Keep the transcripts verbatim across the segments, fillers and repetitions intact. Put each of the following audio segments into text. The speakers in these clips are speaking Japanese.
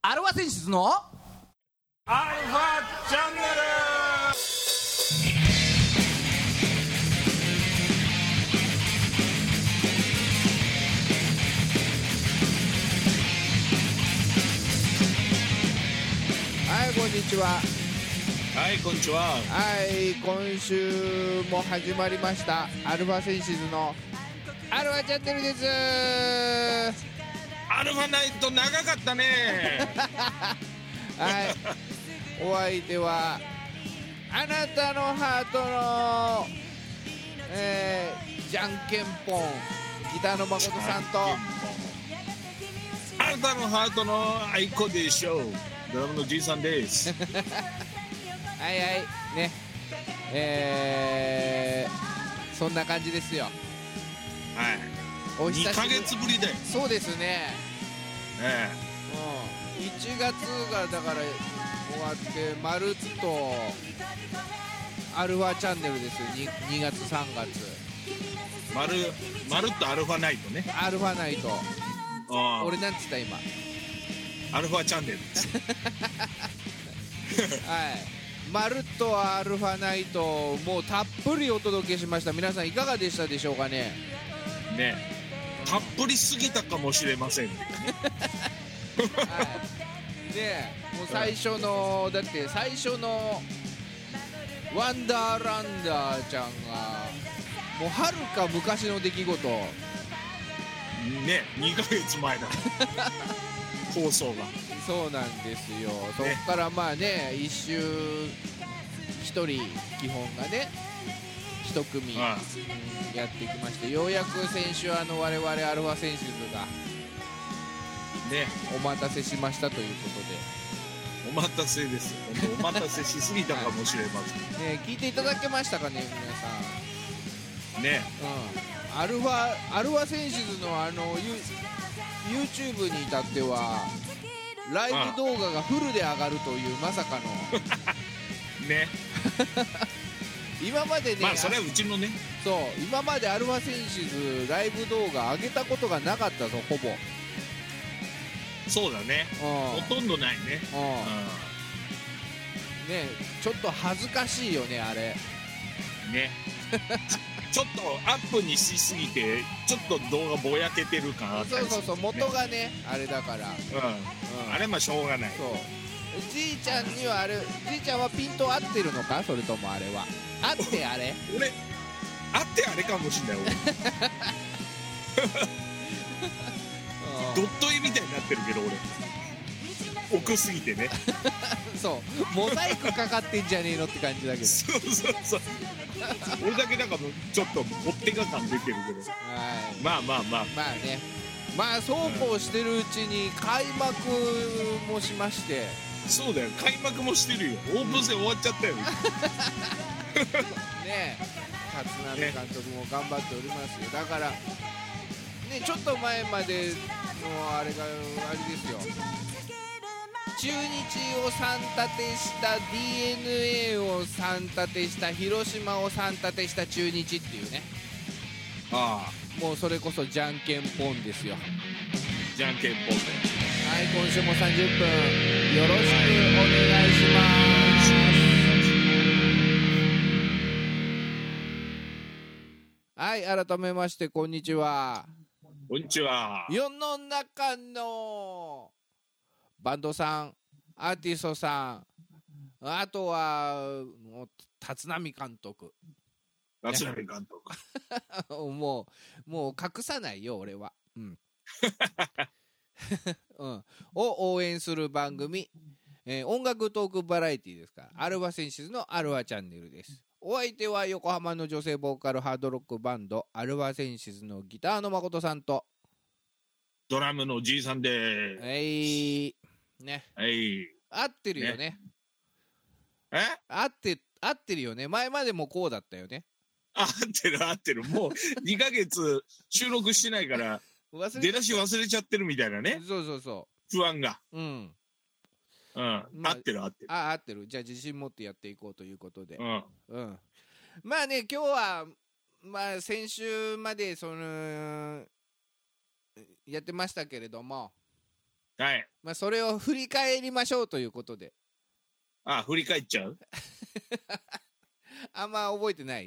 アルファ選出のアルファチャンネル。 はい、こんにちは。 はい、こんにちは。 はい、今週も始まりましたアルファセンシズのアルファチャンネルです。 アルファナイト長かったね。 はい、お相手はあなたのハートの、えー、じゃんけんぽんギターの誠さんと、 あなたのハートのアイコでしょう、ドラムのじいさんです。 はいはいね、えー、そんな感じですよ。 はい、 お久しぶり。 にかげつぶりだよ。 そうですね。 えうん、いちがつがだから終わってまるっとアルファチャンネルですよ。 2, にがつさんがつえ、まるまるっとアルファナイトね。 アルファナイト。 あ俺なんつった今。 アルファチャンネルです。 はい、まるっとアルファナイトもうたっぷりお届けしました。皆さんいかがでしたでしょうかね。 ね、たっぷりすぎたかもしれませんね。 はい、でもう最初のだって最初のワンダーランダーちゃんがもうはるか昔の出来事ね、にかげつまえだ。放送が。 そうなんですよ。そっからまあね、一周一人基本がね一組、うん、やってきまして、ようやく先週あの我々アルファ選手がね、 お待たせしましたということで。 お待たせです。本当お待たせしすぎたかもしれません。 ね、聞いていただけましたかね、皆さん。 ね、 うん、アルファアルファセンシズのあの YouTube に至ってはライブ動画がフルで上がるというまさかのね。 今までね、 まあそれはうちのね、 そう今までアルファセンシズライブ動画上げたことがなかったぞ、ほぼ。 そうだね、 うん、 ほとんどないね。 うん、ね、ちょっと恥ずかしいよねあれね。ちょっとアップにしすぎてちょっと動画ぼやけてる感あったりする、ね、 そうそうそう、元がねあれだから、 うん、 うん、 あれまあしょうがない。 そう、じいちゃんにはあれ、じいちゃんはピント合ってるのか、それともあれは合ってあれ俺あってあれかもしんない。俺ドット絵みたいになってるけど俺奥すぎてね。 そうモザイクかかってんじゃねえのって感じだけど。 そうそうそう。俺だけなんかもうちょっと持ってか感出てるけど、 はい、 まあまあまあまあね、まあそうこうしてるうちに開幕もしまして、 うん、そうだよ、開幕もしてるよ。オープン戦終わっちゃったよ。 ねえ、立浪監督も頑張っておりますよ。だからね、ちょっと前までのあれがあれですよ、中日をさん立てした ディーエヌエー をさん立てした広島をさん立てした中日っていうね。 ああ、 もうそれこそじゃんけんぽんですよ。 じゃんけんぽんで、 はい、今週もさんじゅっぷんよろしくお願いします。はい、改めましてこんにちは。 こんにちは。 世の中のバンドさん、アーティストさん、あとはもう立浪監督、 立浪監督もうもう隠さないよ俺は、うん、うん、を応援する番組、えー、音楽トークバラエティですから、アルファセンシズのアルファチャンネルです。お相手は横浜の女性ボーカルハードロックバンドアルファセンシズのギターの誠さんとドラムのじいさんでーす。 えいね、 はい、 合ってるよね。 ね、え合って合ってるよね。前までもこうだったよね。 合ってる合ってる。もうにかげつ収録してないから忘れ出だし忘れちゃってるみたいなね。 そうそうそ不安が。 う。うん。 うん。 まあ、 合ってる合ってる。 あ、合ってる。じゃあ自信持ってやっていこうということで。 うん。 うん。まあね、今日はまあ先週までそのやってましたけれども、 はい。 まあ、それを振り返りましょうということで。 あ、振り返っちゃうあんま覚えてない。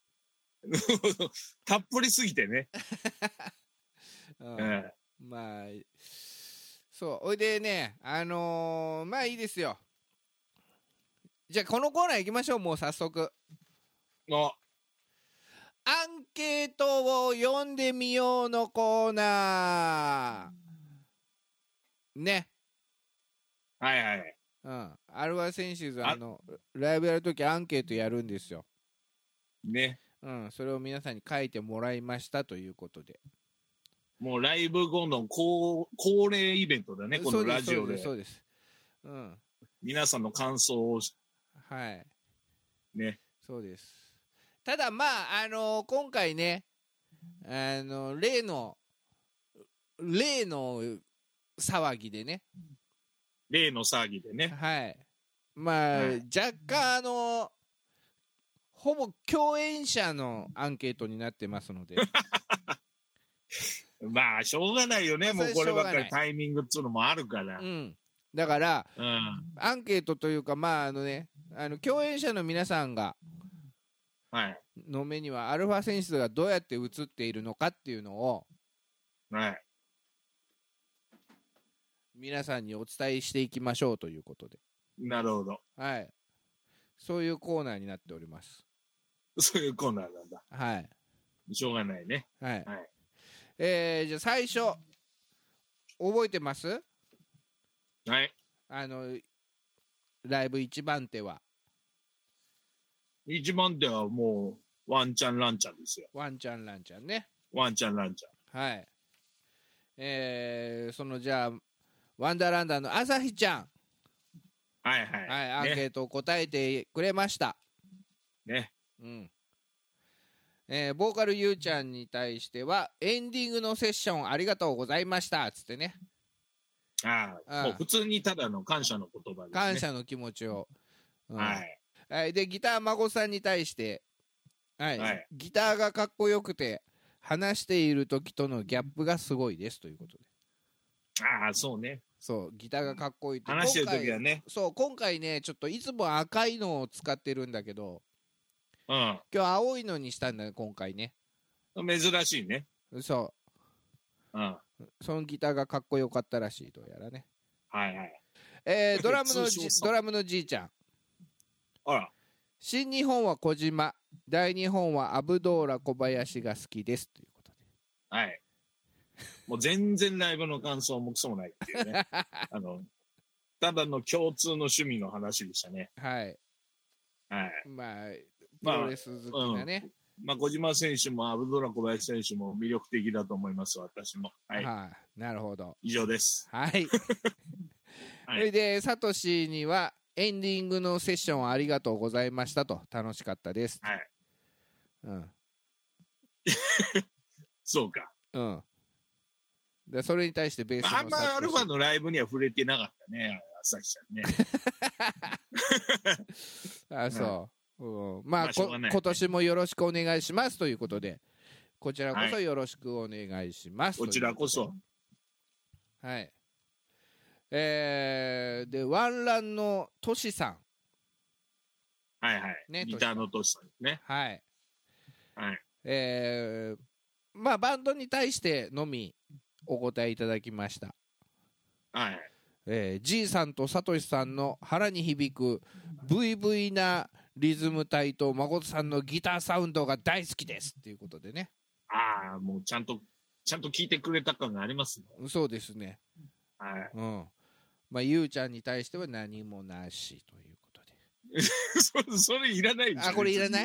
たっぷりすぎてね。 うん、ええ、まあそうおいでね、あのー、まあいいですよ。じゃあこのコーナー行きましょう。もう早速のアンケートを読んでみようのコーナーね。 はいはい、 うん、アルファセンシズあのライブやるときアンケートやるんですよね。 うん、それを皆さんに書いてもらいましたということで、 もうライブ後の恒恒例イベントだね、このラジオで。 そうです、うん、 皆さんの感想を、 はいね、 そうです。ただまああのー、今回ね、あの例の例の騒ぎでね、 例の騒ぎでね、 はいまあ、はい、若干あのほぼ共演者のアンケートになってますのでまあしょうがないよね、もうこればっかりタイミングっつうのもあるから、 うん、だから、 うん、 アンケートというかまああのねあの共演者の皆さんがの目にはアルファセンシズがどうやって映っているのかっていうのを、 はい、 皆さんにお伝えしていきましょうということで。 なるほど、 はい、そういうコーナーになっております。 そういうコーナーなんだ。 はい。 しょうがないね。 はい。はい、えー、じゃあ最初覚えてます？ はい。 あのライブ一番手は。 一番手はもうワンチャンランチャンですよ。 ワンチャンランチャンね。 ワンチャンランチャン。 はい。えー、そのじゃあワンダーランダーの朝日ちゃん。 はいはい。 はい、アンケートを答えてくれました。 ね。 うん。えー、ボーカルゆうちゃんに対してはエンディングのセッションありがとうございましたっつってね。 ああ、もう普通にただの感謝の言葉ですね。 感謝の気持ちを。 うん、はい。 はい、でギター孫さんに対して、はいはい、ギターがかっこよくて話している時とのギャップがすごいですということで。 ああ、そうね。 そうギターがかっこいいって話してる時はね。 そう今回ねちょっといつも赤いのを使ってるんだけど、 うん、今日青いのにしたんだね今回ね。 珍しいね。 そう、うん、そのギターがかっこよかったらしいどうやらね。 はいはい。 えー、ドラムのドラムのじいちゃん。 あら。 新日本は小島、大日本はアブドーラ小林が好きですということで。 はい。もう全然ライブの感想もクソもないっていうね。あのただの共通の趣味の話でしたね。 はい。 はい。 まあプロレス好きなね。まあ、 うん、まあ、小島選手もアブドーラ小林選手も魅力的だと思います私も。はい。 はあ、なるほど。 以上です。 はい。はい、でサトシにはエンディングのセッションありがとうございましたと楽しかったです。 はい。 うん。 そうか。 うん。でそれに対してベースのあんまアルファのライブには触れてなかったね、朝日ちゃんね。 あ、そう。うん、まあ、まあね、今年もよろしくお願いしますということで、こちらこそよろしくお願いします。 はい、こちらこそ。 はい。えー、でワンランのトシさん。 はいはい。ね、ギターのトシさんですね。 はい。 はい。 えー、まあバンドに対してのみお答えいただきました。 はい。 えー、G さんとサトシさんの腹に響くブイブイなリズム体と誠さんのギターサウンドが大好きですっていうことでね。 ああ、もうちゃんとちゃんと聞いてくれた感がありますね。 そうですね。 はい。 うん。まあゆうちゃんに対しては何もなしということで。 そ, それいらないでしょ。 あ、これいらない。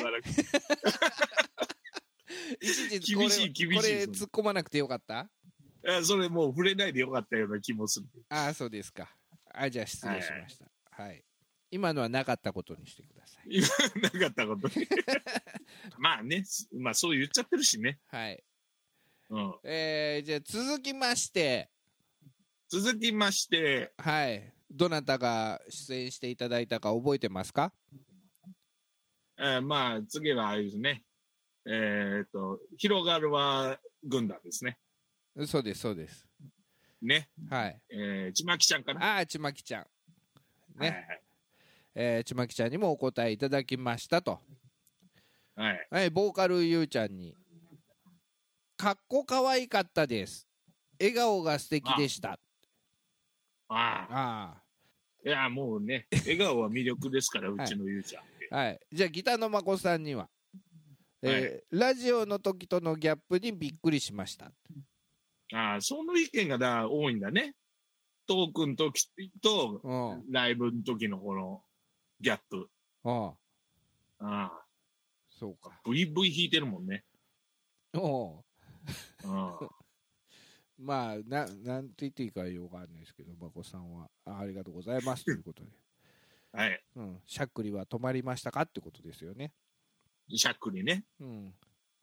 いちいちこれ厳しい厳しい。 これ突っ込まなくてよかった？ あ、それもう触れないでよかったような気もする。 ああ、そうですか。あ、じゃあ失礼しました。はい、はい。今のはなかったことにしてください。 今なかったことに。まあね、まあそう言っちゃってるしね。 はい。 うん。 えー、じゃあ続きまして。 続きまして。 はい。どなたが出演していただいたか覚えてますか？ えー、まあ次はあれですね。えー、っと広がるは軍団ですね。 そうですそうです。 ね、 はい、 えー、ちまきちゃんかな。 ああ、ちまきちゃん。ね、 はいはい、 えー、ちまきちゃんにもお答えいただきましたと。 はい。 はい、ボーカルゆうちゃんに、かっこかわいかったです。笑顔が素敵でした。 ああ。 ああ。 いや、もうね、笑顔は魅力ですから、うちのゆうちゃんって。 はい。じゃあ、ギターのまこさんには、えーはい、ラジオの時とのギャップにびっくりしました。 ああ、その意見がだ多いんだね。トークの時と、ライブの時のこのギャップ。 ああ。ああ。 そうか。 ブイブイ弾いてるもんね。 おう。 ああ。 まあな、なんて言っていいかよくわかんないですけど、まこさんは あ, ありがとうございますということで、 はい、 うん、しゃっくりは止まりましたかってことですよね。 しゃっくりね、 うん、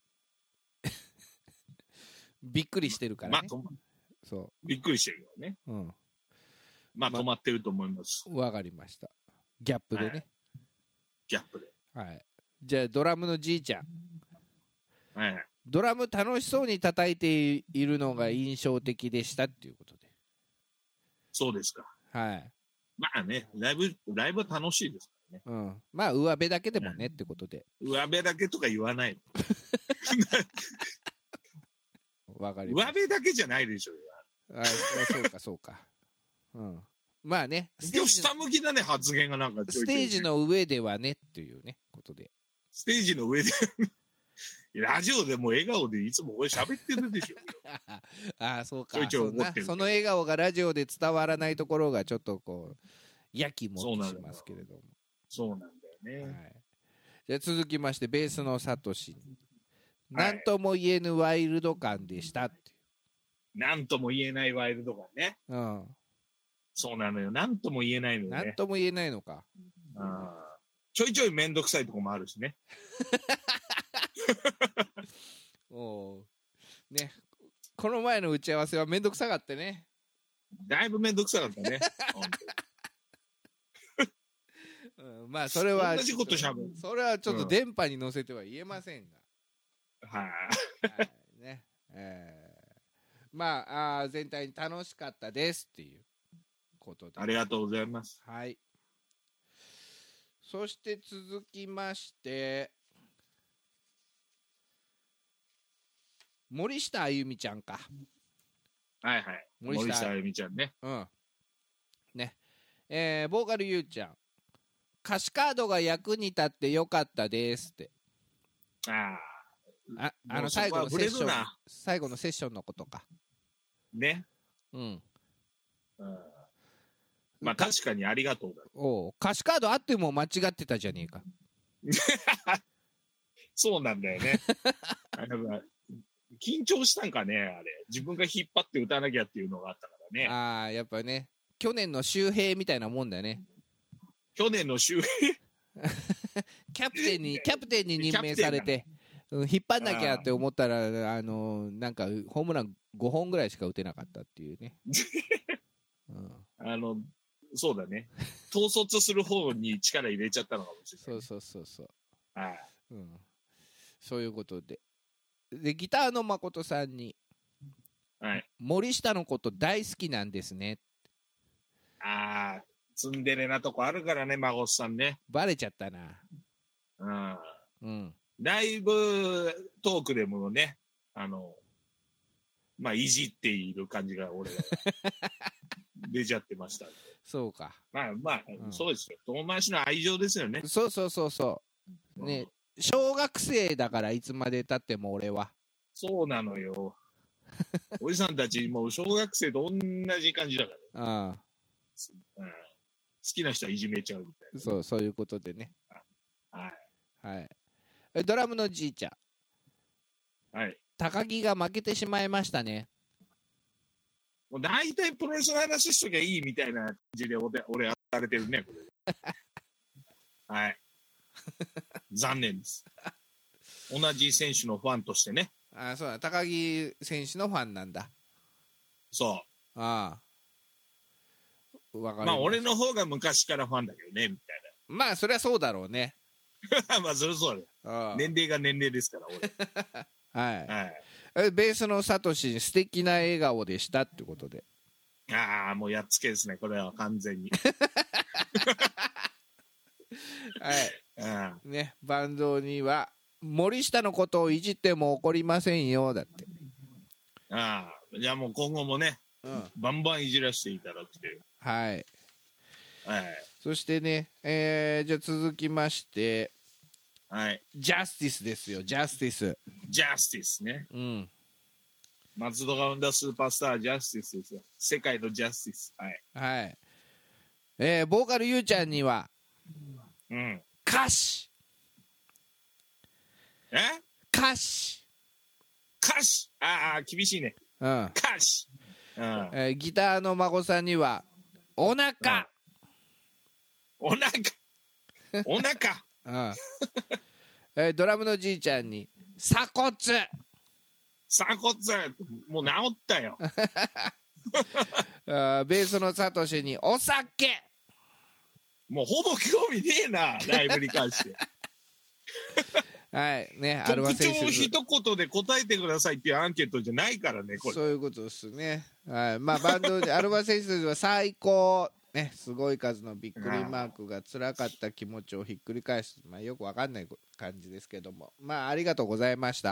びっくりしてるからね、まあ、 そうびっくりしてるよね、うん、まあ止まってると思います。 わ、ま、かりました。ギャップでね、はい、 ギャップで、 はい、じゃあドラムのじいちゃん、 はい、 ドラム楽しそうに叩いているのが印象的でしたっていうことで。 そうですか。 はい。 まあね、ライブ、ライブは楽しいですからね。 うん。まあ、上辺だけでもねってことで。 上辺だけとか言わないの。わかります。 上辺だけじゃないでしょうよ。 あ、そうか、そうか。うん。まあね。 今日下向きだね、発言がなんかちょいちょい。 ステージの上ではねっていうね、ことで。 ステージの上でラジオでも笑顔でいつも俺喋ってるでしょああ、そうか。 ちょいちょい怒ってる。 その笑顔がラジオで伝わらないところがちょっとこうやきもきしますけれども。 そうなんだよね、はい、 じゃあ続きましてベースのサトシに、はい、なんとも言えぬワイルド感でしたって。 なんとも言えないワイルド感ね。うん。そうなのよ。なんとも言えないのよね。 なんとも言えないのか。 あ、ちょいちょいめんどくさいとこもあるしね。 おね、この前の打ち合わせはめんどくさかったね。 だいぶめんどくさかったね。 うん、まあそれは同じことしゃべる。 それはちょっと電波に乗せては言えませんが。 はい、 はいね、えー、まあ、あ全体に楽しかったですっていうことで。 ありがとうございます。 はい。そして続きまして。森下あゆみちゃんか。 はいはい。森下あゆみちゃんね。 うん。ね。えー、ボーカルゆうちゃん。歌詞カードが役に立ってよかったですって。ああ。あ、あの最後のセッション。最後のセッションのことか。 ね。うん。うん、まあ確かにありがとうだ。 おう。歌詞カードあっても間違ってたじゃねえか。 そうなんだよね。緊張したんかね、あれ。自分が引っ張って打たなきゃっていうのがあったからね。 ああ、やっぱね。去年の周平みたいなもんだよね。 去年の周平キャプテンに、キャプテンに任命されて、うん、引っ張んなきゃって思ったら、あのー、なんか、ホームランごほんぐらいしか打てなかったっていうね。 うん、あの、そうだね。統率する方に力入れちゃったのかもしれない。 そうそうそうそう。 ああ、 うん。そういうことで。でギターの誠さんに、はい、森下のこと大好きなんですね。 ああ、ツンデレなとこあるからね、誠さんね。 バレちゃったな。 うん。うん。ライブトークでもね、あの、まあ、いじっている感じが俺が出ちゃってましたんで。 そうか。 まあまあ、うん、そうですよ。遠回しの愛情ですよね。 そうそうそうそう。ね、うん、小学生だからいつまでたっても俺は。 そうなのよ。おじさんたちもう小学生と同じ感じだから。ああ、うん。好きな人はいじめちゃうみたいな。 そう、そういうことでね。 はい。 はい。ドラムのじいちゃん。はい。高木が負けてしまいましたね。 もう大体プロレスの話しときゃいいみたいな感じで俺、俺、されてるね、これ。はい。残念です。同じ選手のファンとしてね。 ああ、そうだ。高木選手のファンなんだ。 そう。 ああ。わかる。 まあ、俺の方が昔からファンだけどね、みたいな。まあ、そりゃそうだろうね。 まあ、それそうだよ。年齢が年齢ですから、俺。 はい。はい。ベースのサトシに素敵な笑顔でしたってことで。 ああ、もうやっつけですね、これは完全に。 はいあね、バンドには森下のことをいじっても怒りませんよだって。 あ、じゃあもう今後もね、 うん、 バンバンいじらせていただくという。 はい。 はい。 そしてね、えー、じゃあ続きまして、 はい。 ジャスティスですよ、ジャスティス。 ジャスティスね。 うん。 松戸が生んだスーパースター、ジャスティスですよ。世界のジャスティス。はい。 はい。えー、ボーカルゆうちゃんには、 うん。 歌詞。 え歌詞。 歌詞。ああ、厳しいね。 うん。 歌詞。うん。 えー、ギターの孫さんには、お腹。 お腹。お腹。 うん。えー、ドラムのじいちゃんに、鎖骨。 鎖骨。もう治ったよ。 あベースのサトシにお酒。 もうほぼ興味ねえな、ライブに関して。 はいね、アルファ特徴を選手一言で答えてくださいっていうアンケートじゃないからね、これ。 そういうことですね。はい、まあバンドでアルファ選手は最高ね、すごい数のびっくりマークが辛かった気持ちをひっくり返す、まあよくわかんない感じですけども、まあありがとうございました。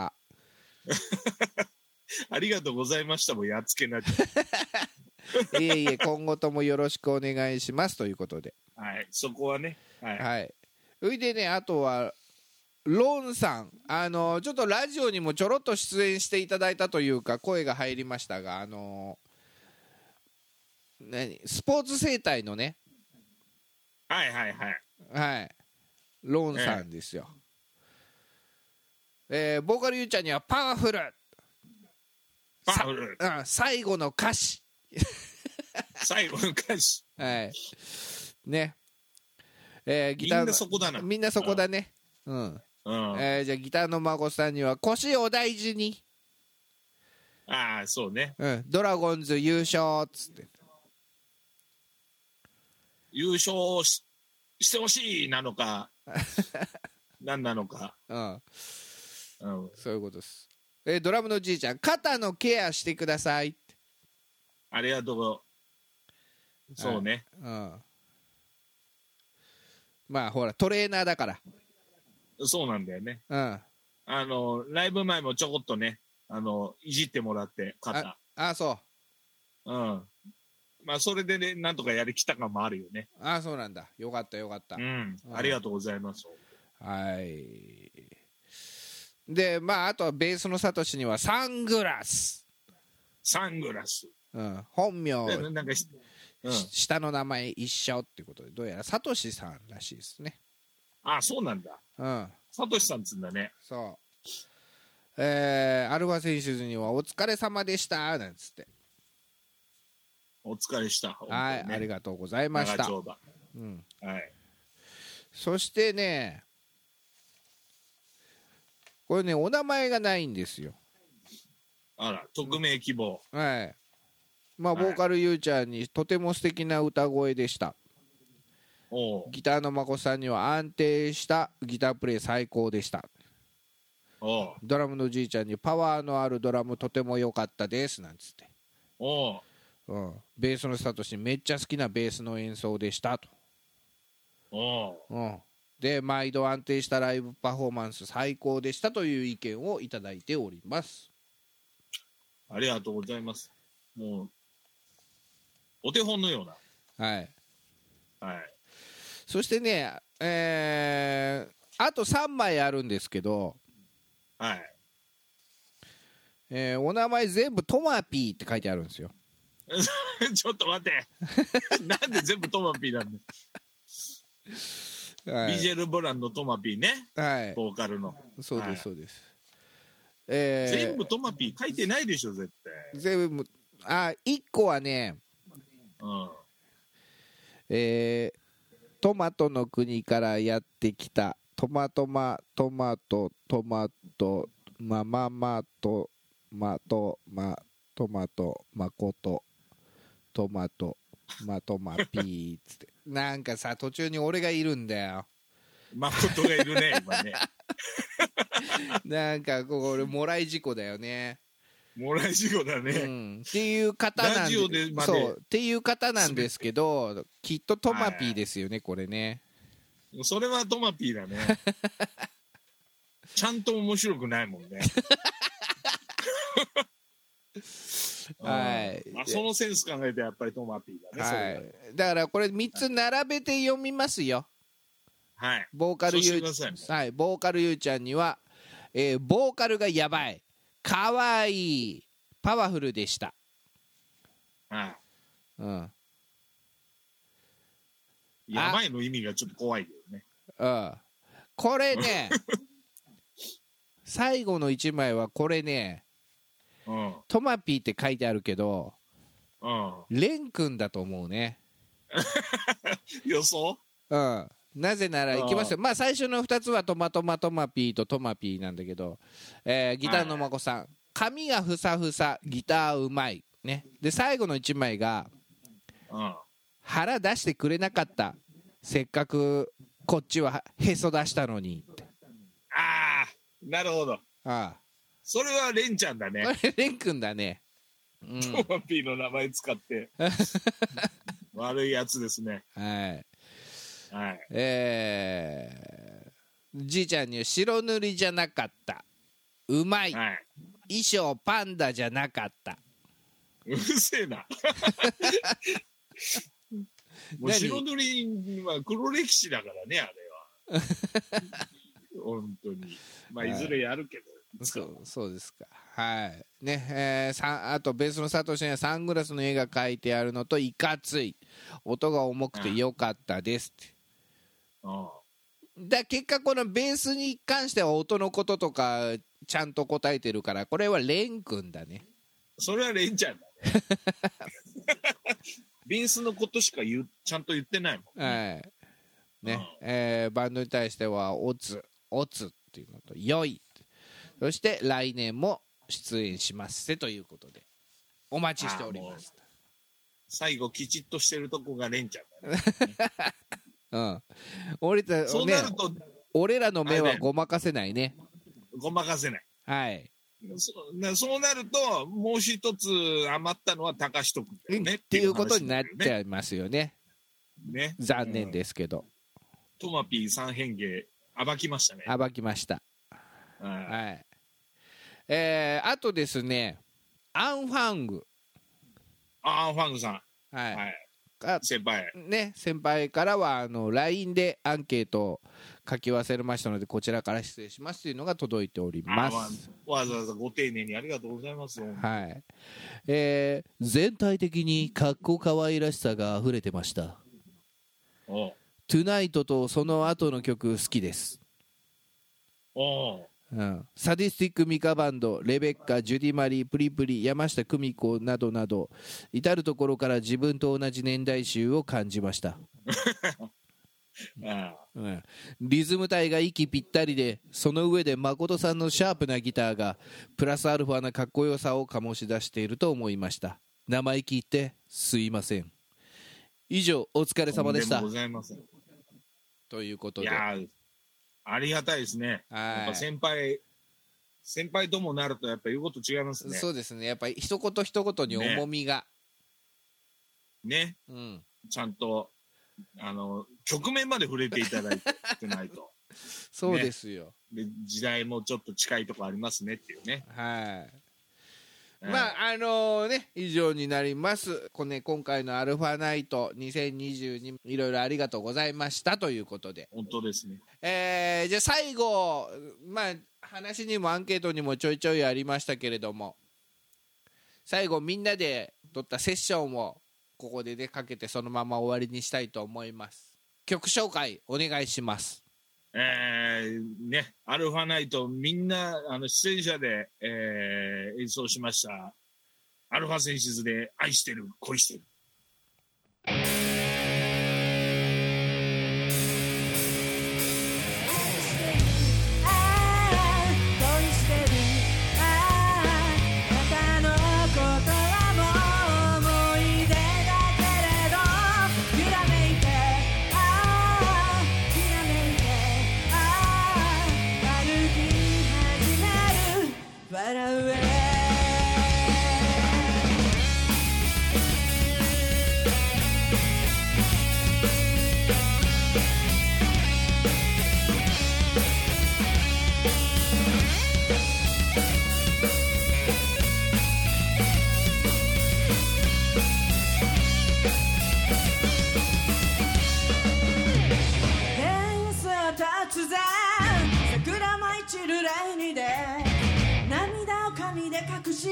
ありがとうございましたもやっつけなきゃ。いえいえ、今後ともよろしくお願いしますということで。 はい、そこはね。はい。 はい。それでね、あとはロンさん、あのちょっとラジオにもちょろっと出演していただいたというか声が入りましたが、あの何スポーツ整体のね、 はいはいはい。 はい、ロンさんですよ。えー、ボーカルゆうちゃんにはパワフル。 パワフル。 うん、最後の歌詞。 最後の歌詞。 はい。ね。えー、ギターのみんなそこだな。 みんなそこだね。うん。 うん、 えー、じゃあギターの孫さんには腰を大事に。 ああ、そうね。 うん。ドラゴンズ優勝っつって。 優勝 し, してほしいなのか何なのか、 うん、 うん、 そういうことです。えー、ドラムのじいちゃん、肩のケアしてくださいって。 ありがとう。そうね、 うん、まあほらトレーナーだから。 そうなんだよね。 うん。 あのライブ前もちょこっとね、あのいじってもらって肩。 ああ、そう。 うん。まあそれでね、なんとかやりきた感もあるよね。 あ、そうなんだ。よかったよかった。 うん。ありがとうございます。 はい。で、まああとはベースのサトシにはサングラス。 サングラス。 うん。本名。 なんか、 うん、下の名前一緒っていうことで、どうやらサトシさんらしいですね。 ああ、そうなんだ。 うん。 サトシさんっつうんだね。 そう。えー、アルファ選手にはお疲れ様でしたなんつって。 お疲れした。 はい、 ね、 ありがとうございました。 うん、はい。 そしてね、これね、お名前がないんですよ。 あら、匿名希望。 はい。まあ、ボーカルゆうちゃんにとても素敵な歌声でした。 おギターのまこさんには安定したギタープレイ最高でした。 おドラムのじいちゃんにパワーのあるドラムとても良かったですなんつって。 おうん、ベースのサトシめっちゃ好きなベースの演奏でしたと。 お、 うん、で毎度安定したライブパフォーマンス最高でしたという意見をいただいております。 ありがとうございます。もうお手本のような、はいはい、 そしてね、えー、あとさんまいあるんですけど、 はい、 えー、お名前全部トマピーって書いてあるんですよ。 ちょっと待ってなんで全部トマピーなんだ、はい、ビジェル・ブランのトマピーね、 はい、 ボーカルの。 そうですそうです、 えー、全部トマピー書いてないでしょ絶対。 全部、あ、いっこはね、うん、えー、トマトの国からやってきたトマトマトマトトマトマママトマトマトマトマコトトマトマトマピーっつってなんかさ途中に俺がいるんだよ。 マコトがいるね今ねなんかこれもらい事故だよね。 もうラジオだね、 うん、っていう方なんで、 ラジオでまでそうっていう方なんですけど、きっとトマピーですよね、はい、これね。 それはトマピーだねちゃんと面白くないもんねはい、 まあ、そのセンス考えてやっぱりトマピーだね、 はい、だからこれみっつ並べて読みますよ。 はい、 ボーカルゆう、はい、ボーカルゆうちゃんには、えー、ボーカルがやばい、かわいい、パワフルでした。 はい、 うん、 やばいの意味がちょっと怖いけどね。 うん、これね最後のいちまいはこれね、うん、トマピーって書いてあるけど、うん、レン君だと思うね予想、 うん、なぜならいきますよ。まあ最初のふたつはトマトマトマピーとトマピーなんだけど、えー、ギターのまこさん、はい、髪がふさふさ、ギターうまい、ね、で最後のいちまいが、うん、腹出してくれなかった、せっかくこっちはへそ出したのにって。 ああ、なるほど。ああ、それはレンちゃんだね。 これレン君だね、 うん、トマピーの名前使って悪いやつですね。 はい、 はい、 えー、じいちゃんには白塗りじゃなかった、うまい、はい、衣装パンダじゃなかった。 うるせえなもう白塗りは黒歴史だからね、あれは本当に。まあいずれやるけど、 そう、そうですか。はいね、えー、さあとベースの佐藤氏にはサングラスの絵が描いてあるのといかつい、音が重くてよかったですって。ああ、だ結果このベースに関しては音のこととかちゃんと答えてるから、これはレン君だね。 それはレンちゃんだねベースのことしか言うちゃんと言ってないもんね。はいね、うん、えー、バンドに対してはオツオツっていうのと良い、そして来年も出演しますせということでお待ちしております。 最後きちっとしてるとこがレンちゃんだねうん、俺たそうなると、ね、俺らの目はごまかせないね。 ごまかせない。 はい。 そ, そうなるともう一つ余ったのは高志君だよねっていうことになっちゃいますよね。 ね、 残念ですけど、うん、 トマピー三変化暴きましたね。 暴きました。はい。えー、あとですね、アンファング。 アンファングさん。 はい。はい、 先輩ね、先輩からはあの ライン でアンケートを書き忘れましたのでこちらから失礼しますというのが届いております。 わざわざご丁寧にありがとうございます。 はい、えー、全体的にかっこかわいらしさがあふれてました。おトゥナイトとその後の曲好きです。おうん、サディスティックミカバンド、レベッカ、ジュディマリー、プリプリ、山下久美子などなど至る所から自分と同じ年代集を感じましたああ、うん、リズム体が息ぴったりで、その上で誠さんのシャープなギターがプラスアルファなかっこよさを醸し出していると思いました。生意気言ってすいません。以上お疲れ様でした。 とんでもございません。 ということで、 いやありがたいですね。やっぱ先輩先輩ともなるとやっぱ言うこと違いますね。 そうですね、やっぱり一言一言に重みがね、ね、うん、ちゃんとあの局面まで触れていただいてないとそうですよ、 ね、で時代もちょっと近いとこありますねっていうね。 はい、まああのー、ね以上になります。こ、ね、今回のアルファナイトにせんにじゅうにいろいろありがとうございましたということで。 本当ですね。 えー、じゃあ最後、まあ話にもアンケートにもちょいちょいありましたけれども、最後みんなで撮ったセッションをここでねかけてそのまま終わりにしたいと思います。曲紹介お願いします。 えーね、アルファナイトみんなあの出演者で、えー、演奏しましたアルファセンシズで愛してる恋してる。 Far away 突然桜舞い散るレイニーで涙を髪で隠し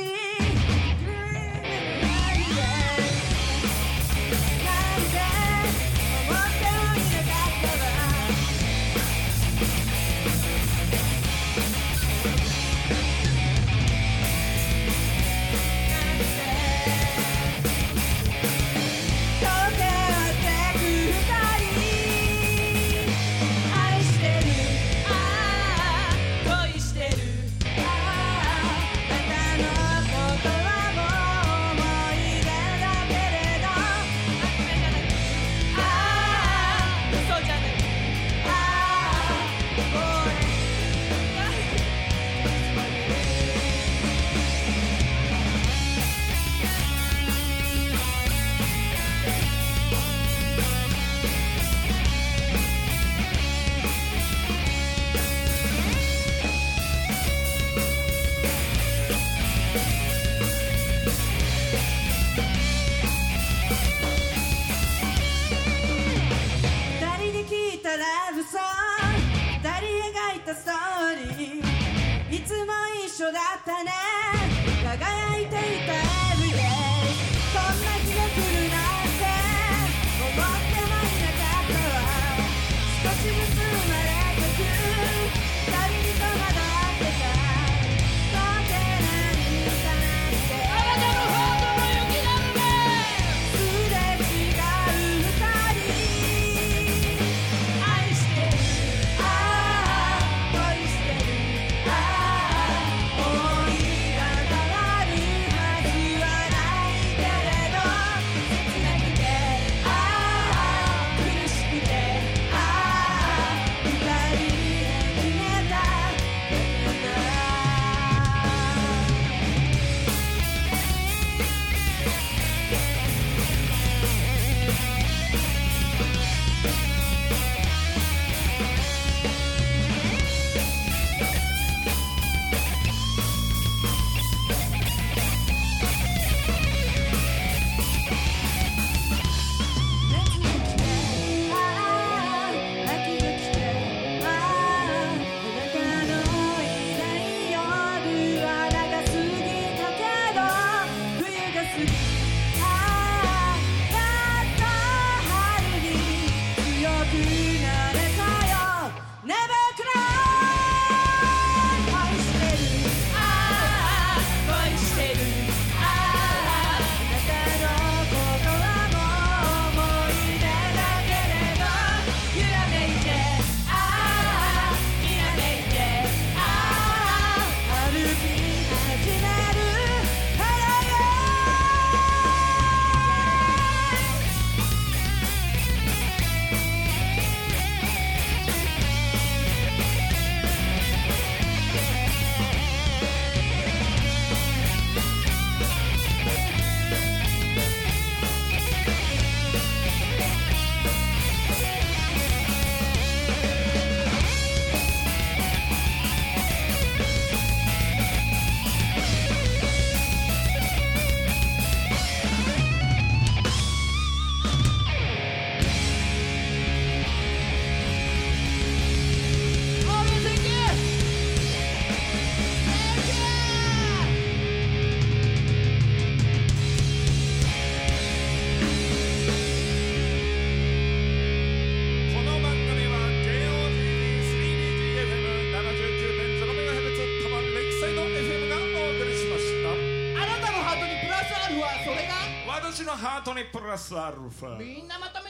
ストーリーいつも一緒だったね輝いていた Everyday こんな日が来るなんて思ってもいなかったわ少しずつ生まれてく旅に戸惑ってた到底何かなんてあなたのハートの雪なのねすれ違う二人愛してる私のハートにプラスアルファみんなまた